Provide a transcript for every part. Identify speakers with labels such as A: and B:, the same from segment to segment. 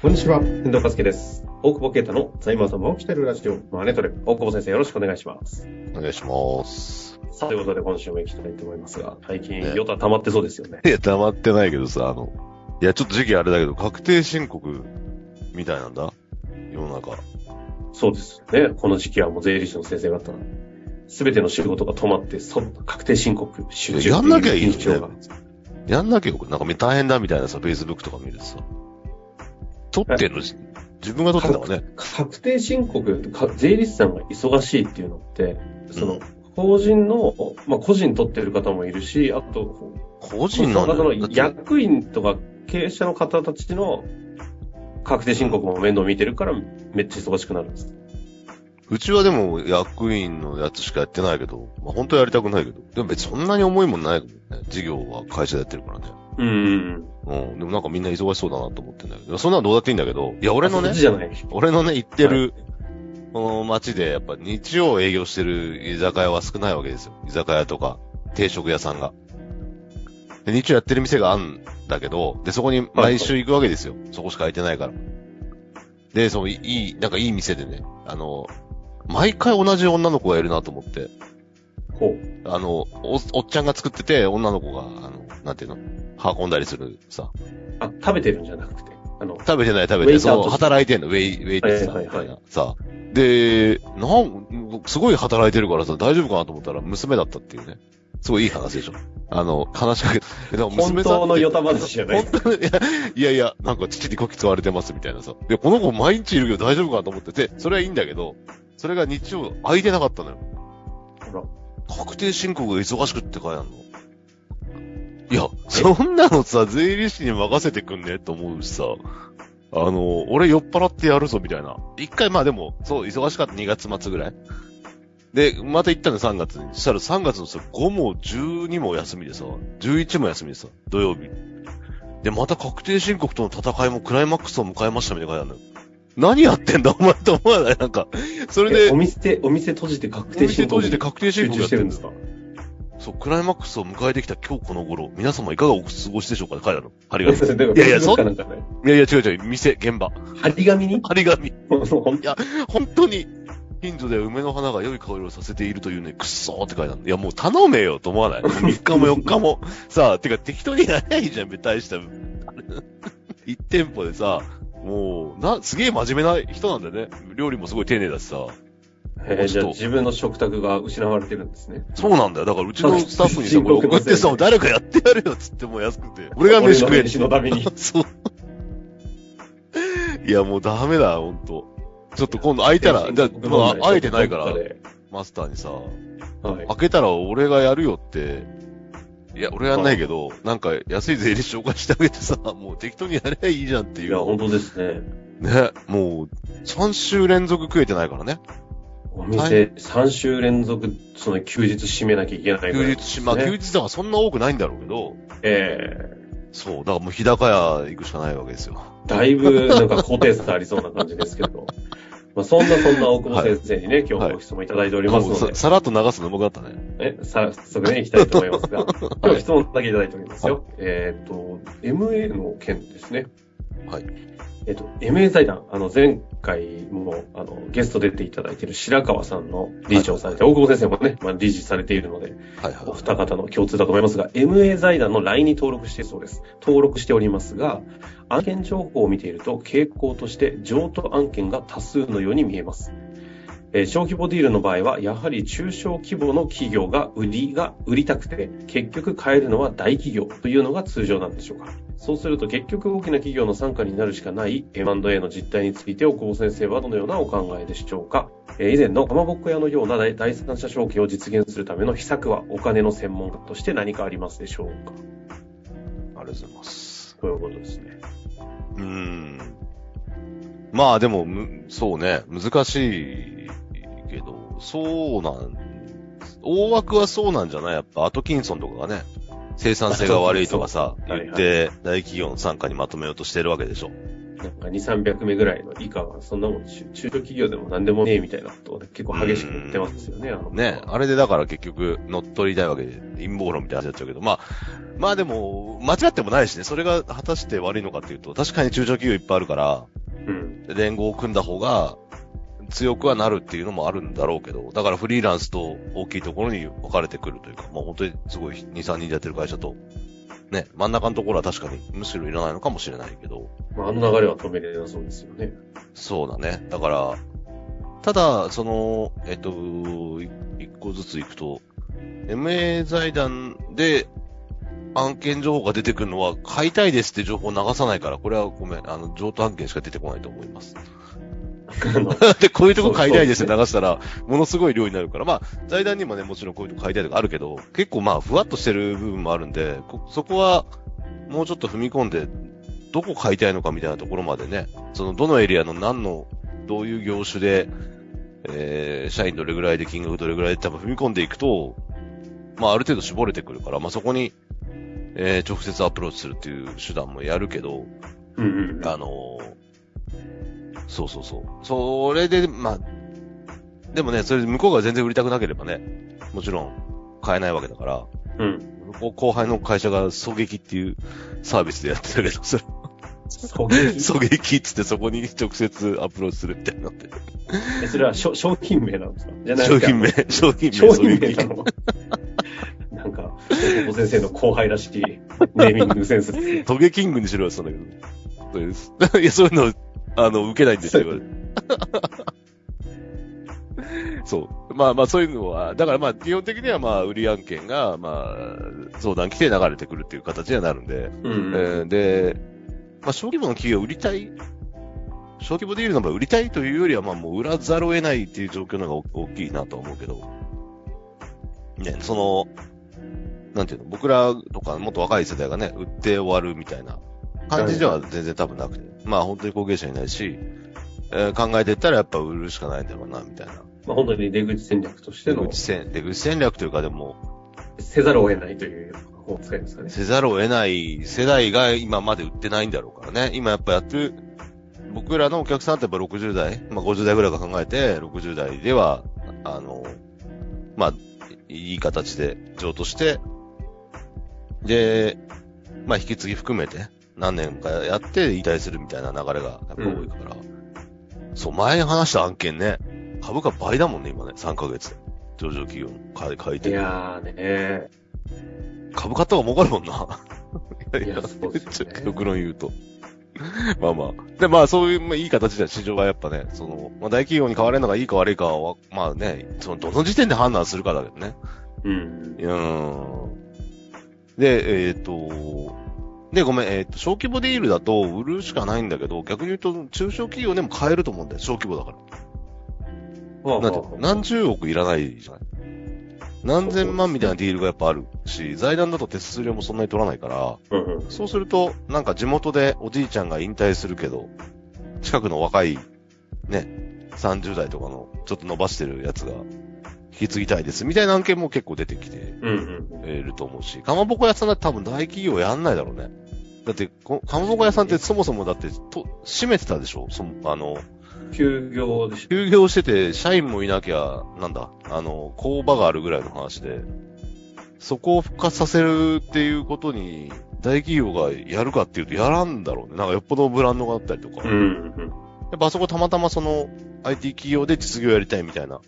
A: こんにちは、遠藤和樹です。大久保啓太の財務頭を鍛えるラジオ、マネトレ。大久保先生、よろしくお願いします。
B: お願いします。
A: さあ、ということで今週も行きたいと思いますが、最近、ヨタ溜まってそうですよね。
B: いや、溜まってないけどさ、いや、ちょっと時期あれだけど、確定申告みたいなんだ世の中。
A: そうですね。この時期はもう税理士の先生方、すべての仕事が止まって、確定申告、集中。
B: やんなきゃいいよね。やんなきゃよく、なんか大変だみたいなさ、Facebook とか見るとさ。取ってんの、自分が取ってたもんね。
A: 確定申告、税理士さんが忙しいっていうのって、法人の、個人取ってる方もいるし、あと、
B: 個人なんだ
A: よ。役員とか経営者の方たちの確定申告も面倒見てるからめっちゃ忙しくなるんです。
B: うちはでも役員のやつしかやってないけど、本当はやりたくないけど、でも別にそんなに重いもんないもんね。事業は会社でやってるからね。でもなんかみんな忙しそうだなと思ってんだけど、そんなのどうだっていいんだけど、いや俺のね、行ってる、この街でやっぱ日曜営業してる居酒屋は少ないわけですよ。居酒屋とか定食屋さんが。で日曜やってる店があるんだけど、でそこに毎週行くわけですよ。そこしか空いてないから。で、なんかいい店でね、毎回同じ女の子がいるなと思って。おっちゃんが作ってて、女の子が、なんていうの運んだりするさ。
A: 食べてるんじゃなくて。
B: 食べてない、働いてんの、ウェイトさんみたいな。さ。で、すごい働いてるからさ、大丈夫かなと思ったら娘だったっていうね。すごいいい話でしょ。話しかけて、
A: 本当のヨタ話じゃない。
B: 本当に、いや、なんか父にこき使われてますみたいなさ。で、この子毎日いるけど大丈夫かなと思ってて、それはいいんだけど、それが日曜空いてなかったのよ。確定申告が忙しくって書いてあるの。いや、そんなのさ、税理士に任せてくんねと思うしさ、俺酔っ払ってやるぞみたいな。一回でも、そう、忙しかった2月末ぐらい。で、また行ったの3月に。そしたら3月のさ、5も12も休みでさ、11も休みでさ、土曜日。で、また確定申告との戦いもクライマックスを迎えましたみたいな書いてあるのよ。何やってんだお前と思わないなんか、それで。
A: お店閉じて確定申告
B: してるんですか？そう、クライマックスを迎えてきた今日この頃、皆様いかがお過ごしでしょうかって書いてあるの。張り紙。いや、違う、店、現場。
A: 張り紙。
B: いや、本当に、近所で梅の花が良い香りをさせているというね、くっそーって書いてあるの。いや、もう頼めよと思わない ?3 日も4日も。さあ、てか適当にやりゃいいじゃん、大した。1店舗でさ、もう、すげえ真面目な人なんだよね。料理もすごい丁寧だしさ。
A: じゃあ自分の食卓が失われてるんですね。
B: そうなんだよ。だからうちのスタッフにさ、送ってさ、誰かやってやるよっつってもう安くて。俺が飯食えって。
A: 飯のために。
B: そう。いやもうダメだ、ほんと。ちょっと今度開いたら、開いてないから、マスターにさ、開けたら俺がやるよって、いや、俺やんないけど、なんか安い税理士紹介してあげてさ、もう適当にやればいいじゃんっていう。
A: いや、本当ですね。
B: ね、もう、3週連続食えてないからね。
A: お店、3週連続、休日閉めなきゃいけないから、ね。
B: 休日だからそんな多くないんだろうけど。そう、だからもう日高屋行くしかないわけですよ。
A: だいぶ、なんか高低差ありそうな感じですけど。そんな大久保先生にね、今日もご質問いただいておりますので。
B: さらっと流すのうまかったね。
A: 早速ね、行きたいと思いますが。今日質問だけいただいておりますよ。MA の件ですね。
B: はい。
A: MA 財団、前回も、ゲスト出ていただいている白川さんの理事をされて、大久保先生もね、理事されているので、お二方の共通だと思いますが、MA 財団の LINE に登録しているそうです。登録しておりますが、案件情報を見ていると、傾向として譲渡案件が多数のように見えます。小規模ディールの場合は、やはり中小規模の企業が売りたくて、結局買えるのは大企業というのが通常なんでしょうか。そうすると結局大きな企業の傘下になるしかない M&A の実態について大久保先生はどのようなお考えでしょうか。以前のかまぼっこ屋のような第三者承継を実現するための秘策はお金の専門家として何かありますでしょうか。
B: ありがとうございます。
A: そういうことですね。
B: まあでも、そうね、難しいけど、大枠はそうなんじゃないやっぱアトキンソンとかがね、生産性が悪いとかさ、言って、大企業の傘下にまとめようとしてるわけでしょ。
A: なんか2、300名ぐらいの以下は、そんなもん、中小企業でも何でもねえみたいなことで結構激しく言ってますよね、
B: ね、あれでだから結局乗っ取りたいわけで、陰謀論みたいな話になっちゃうけど、まあでも、間違ってもないしね、それが果たして悪いのかっていうと、確かに中小企業いっぱいあるから、 連合を組んだ方が強くはなるっていうのもあるんだろうけど、だからフリーランスと大きいところに分かれてくるというか、まあ本当にすごい2、3人でやってる会社と、ね、真ん中のところは確かにむしろいらないのかもしれないけど。
A: まあ、あの流れは止めれなそうですよね。
B: そうだね。だから、ただ、その、一個ずつ行くと、MA 財団で案件情報が出てくるのは、買いたいですって情報を流さないから、これはごめん、譲渡案件しか出てこないと思います。で、こういうとこ買いたいですって流したら、ものすごい量になるから、まあ、財団にもね、もちろんこういうとこ買いたいとかあるけど、結構まあ、ふわっとしてる部分もあるんで、そこは、もうちょっと踏み込んで、どこ買いたいのかみたいなところまでね、どのエリアのどういう業種で、社員どれぐらいで金額どれぐらいで多分踏み込んでいくと、まあ、ある程度絞れてくるから、まあ、そこに、直接アプローチするっていう手段もやるけど、そうそうそう。それで、まあ、でもね、それで向こうが全然売りたくなければね、もちろん買えないわけだから、後輩の会社が狙撃っていうサービスでやってたけど、それ。狙撃っつってそこに直接アプローチするみたいになって。
A: それは商品名なんですか？じゃない
B: ですか。商品名
A: なの。なんか、お先生の後輩らしいネーミングセンス。
B: トゲキングにしろよ、そんだけど。そうです。いや、そういうの、受けないんですよ。そう。まあ、そういうのは、だからまあ、基本的にはまあ、売り案件が、まあ、相談来て流れてくるっていう形にはなるんで、で、まあ、小規模の企業を売りたい、小規模ディールの場合売りたいというよりは、まあ、もう売らざるを得ないっていう状況の方が大きいなと思うけど、ね、なんていうの、僕らとかもっと若い世代がね、売って終わるみたいな感じでは全然多分なくて、まあ本当に後継者いないし、考えていったらやっぱ売るしかないんだろうな、みたいな。
A: まあ本当に出口戦略としての。
B: 出口戦略というかでも、
A: せざるを得ないという方を使いますかね。
B: せざるを得ない世代が今まで売ってないんだろうからね。今やっぱやってる、僕らのお客さんってやっぱ60代、まあ50代ぐらいが考えて、60代では、まあ、いい形で譲渡して、で、まあ引き継ぎ含めて何年かやって引退するみたいな流れがやっぱ多いから、そう、前話した案件ね、株価倍だもんね、今ね、3ヶ月。上場企業の買い手。
A: いやーね
B: 株買った方が儲かるもんな。
A: いや、そうですね。
B: 極論言うと。まあまあ。で、まあそういう、まあいい形で市場がやっぱね、まあ大企業に買われるのがいいか悪いかは、まあね、どの時点で判断するかだけどね。で、で、ごめん、小規模ディールだと売るしかないんだけど、逆に言うと中小企業でも買えると思うんだよ、小規模だから。なんて何十億いらないじゃない。何千万みたいなディールがやっぱあるし、財団だと手数料もそんなに取らないから、そうすると、なんか地元でおじいちゃんが引退するけど、近くの若い、ね、30代とかのちょっと伸ばしてるやつが引き継ぎたいですみたいな案件も結構出てきていると思うし、かまぼこ屋さんだって多分大企業やんないだろうね。だって、かまぼこ屋さんってそもそもだって閉めてたでしょ？
A: 休業でしょ。
B: 休業してて、社員もいなきゃ、なんだ、工場があるぐらいの話で、そこを復活させるっていうことに、大企業がやるかっていうとやらんだろうね。なんかよっぽどブランドがあったりとか。やっぱあそこたまたまIT 企業で実業やりたいみたいな、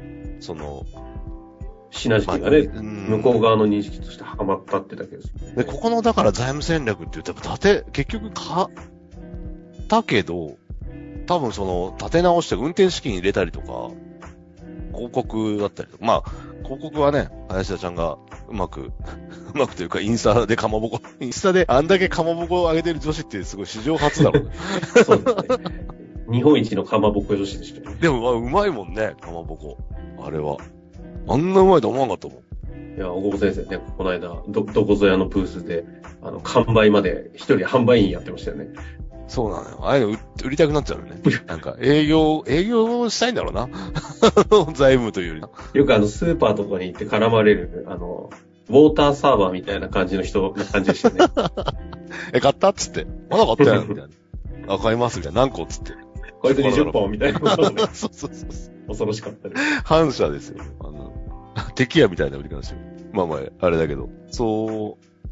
A: シナジーがね、向こう側の認識としてはまったってだけです、ね。
B: で、ここのだから財務戦略って言うと、結局だけど、多分立て直して運転資金入れたりとか、広告だったりとか、まあ、広告はね、林田ちゃんがうまくというか、インスタであんだけかまぼこを上げてる女子ってすごい史上初だろうね。
A: そうですね。日本一のかまぼこ女子でしたね。
B: でも、うまいもんね、かまぼこ。あれは。あんなうまいと思わなかったもん。
A: いや、大久保先生ね、この間、どこぞやのブースで、完売まで一人販売員やってましたよね。
B: そうなのよ。ああいうの売りたくなっちゃうよね。なんか、営業したいんだろうな。財務というより。
A: よくスーパーとかに行って絡まれる、ウォーターサーバーみたいな感じの人な感じでしたね。
B: 買ったっつって。まだ買ったやんみたいな。買いますみたいな。何個っつって。
A: こいつ20本みたいなことね。
B: そう。
A: 恐ろしかったです。
B: 反射ですよ。敵やみたいな売り方してる。まあまあ、あれだけど。そう。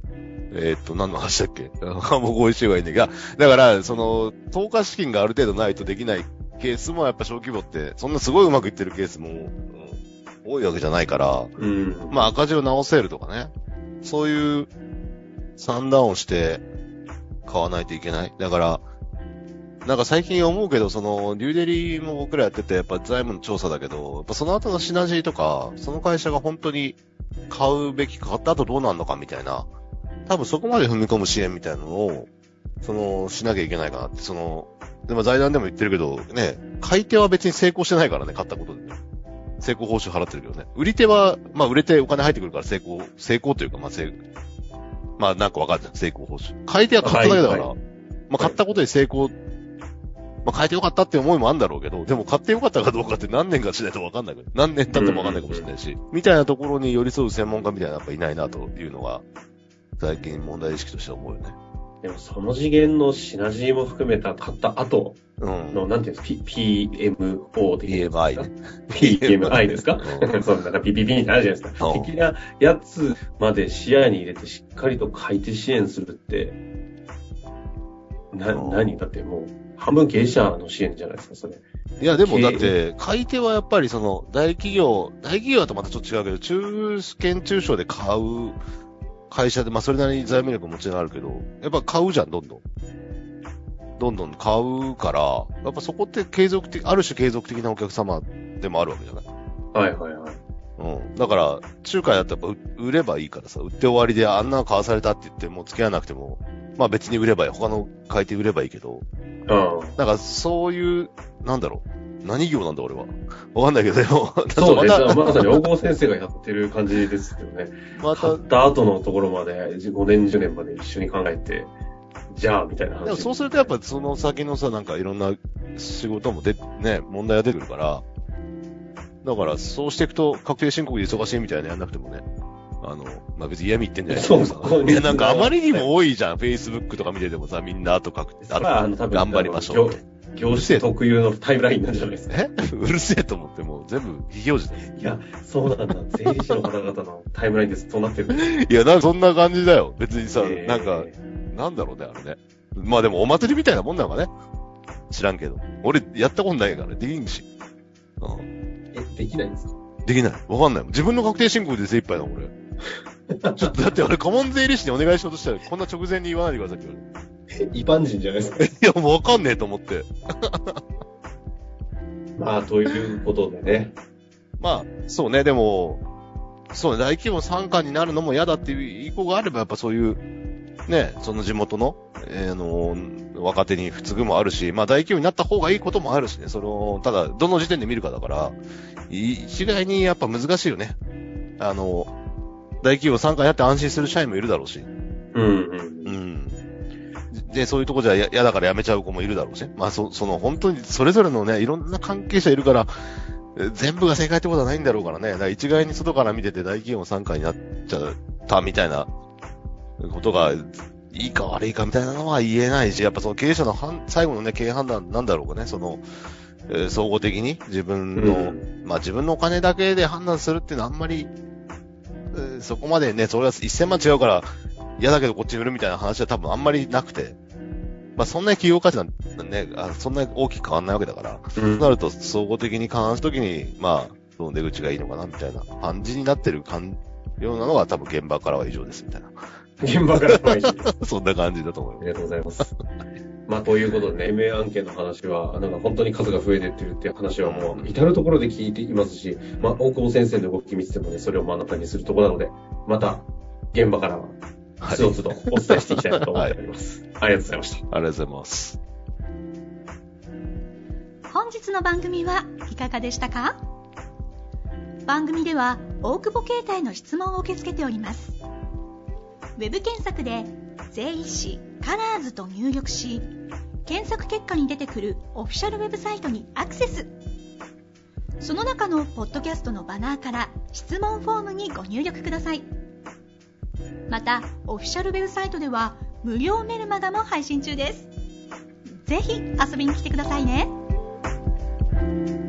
B: 何の話だっけもう合意してはいいんだけど、だから、投下資金がある程度ないとできないケースもやっぱ小規模って、そんなすごいうまくいってるケースも、多いわけじゃないから、まあ赤字を直せるとかね。そういう、算段をして買わないといけない。だから、なんか最近思うけど、リューデリも僕らやってて、やっぱ財務の調査だけど、やっぱその後のシナジーとか、その会社が本当に買うべきか、買った後どうなるのかみたいな、多分そこまで踏み込む支援みたいなのを、しなきゃいけないかなって、でも財団でも言ってるけど、ね、買い手は別に成功してないからね、買ったことでね。成功報酬払ってるけどね。売り手は、まあ売れてお金入ってくるから成功というか、まあなんかわかるじゃん、成功報酬。買い手は買っただけだから、まあ買ったことで成功、まあ買えてよかったって思いもあるんだろうけど、でも買ってよかったかどうかって何年かしないとわかんないけど、何年経ってもわかんないかもしれないし、みたいなところに寄り添う専門家みたいなのやっぱいないなというのが、最近問題意識として思うよね。
A: でもその次元のシナジーも含めた買った後の、なんていうんですか、PMO でいいですか
B: PMI ね。
A: PMI ですかそんな PPP になるじゃないですか。的なやつまで視野に入れてしっかりと買い手支援するって、何だってもう、半分経営者の支援じゃないですか、それ。
B: いや、でもだって、買い手はやっぱり大企業だとまたちょっと違うけど、中小で買う会社で、まあそれなりに財務力もちろんあるけど、やっぱ買うじゃん、どんどん買うから、やっぱそこってある種継続的なお客様でもあるわけじゃない？
A: はいはいはい。
B: だから、仲介だったらやっぱ売ればいいからさ、売って終わりであんな買わされたって言ってもう付き合わなくても、まあ別に売ればいい。他の買い手売ればいいけど。なんかそういう、なんだろう。何業なんだ俺は。わかんないけど、でも。
A: そうですね。まさに大久保先生がやってる感じですけどね。買った後のところまで、5年、10年まで一緒に考えて、じゃあ、みたいな話。
B: でもそうするとやっぱその先のさ、なんかいろんな仕事も問題が出てくるから、だからそうしていくと確定申告で忙しいみたいなやんなくてもね。まあ、別に嫌味言ってんじゃないですか。いや、なんかあまりにも多いじゃん。Facebook とか見ててもさ、みんな後書くって。頑張りましょうって。
A: 業種特有のタイムラインなんじゃないですか。
B: うるせえと思ってもう全部非表示だ。
A: いや、そうなんだ。税理士の方々のタイムラインです。そうなってる。
B: いや、なんかそんな感じだよ。別にさ、なんか、なんだろうね、あれね。まあでもお祭りみたいなもんなのかね。知らんけど。俺、やったことないからね。できんし。
A: できないんですか？
B: できない。わかんない。自分の確定申告で精一杯だ、俺。ちょっとだって俺、顧問税理士にお願いしようとしたら、こんな直前に言わないでくださいって
A: 一般人じゃないですか。
B: いや、もうわかんねえと思って。
A: まあ、ということでね。
B: まあ、そうね、でも、そうね、大規模参加になるのも嫌だっていう意向があれば、やっぱそういう、ね、その地元の、若手に不都合もあるし、まあ大企業になった方がいいこともあるしね、ただ、どの時点で見るかだから、一概にやっぱ難しいよね。大企業参加になって安心する社員もいるだろうし。で、そういうとこじゃ嫌だから辞めちゃう子もいるだろうし。まあ、本当にそれぞれのね、いろんな関係者いるから、全部が正解ってことはないんだろうからね。だから一概に外から見てて大企業参加になっちゃったみたいなことが、いいか悪いかみたいなのは言えないし、やっぱその経営者の最後のね、経営判断なんだろうかね、総合的に自分の、まあ自分のお金だけで判断するっていうのはあんまり、そこまでね、それは1000万違うから嫌だけどこっちに売るみたいな話は多分あんまりなくて、まあそんなに企業価値なんね、そんなに大きく変わんないわけだから、そうなると総合的に勘案するときに、まあ、その出口がいいのかなみたいな感じになってるようなのが多分現場からは以上ですみたいな。
A: 現場からは以上です。
B: そんな感じだと思います。
A: ありがとうございます。まあ、ということでね、MA 案件の話は、なんか本当に数が増えてってるっていう話はもう、至るところで聞いていますし、まあ、大久保先生の動き見ててもね、それを目の当たりにするところなので、また、現場からは、つどつどお伝えしていきたいなと思っております。ありがとうございました。
B: ありがとうございます。
C: 本日の番組はいかがでしたか？番組では、大久保携帯の質問を受け付けております。ウェブ検索で税理士カラーズと入力し、検索結果に出てくるオフィシャルウェブサイトにアクセス。その中のポッドキャストのバナーから質問フォームにご入力ください。また、オフィシャルウェブサイトでは無料メルマガも配信中です。ぜひ遊びに来てくださいね。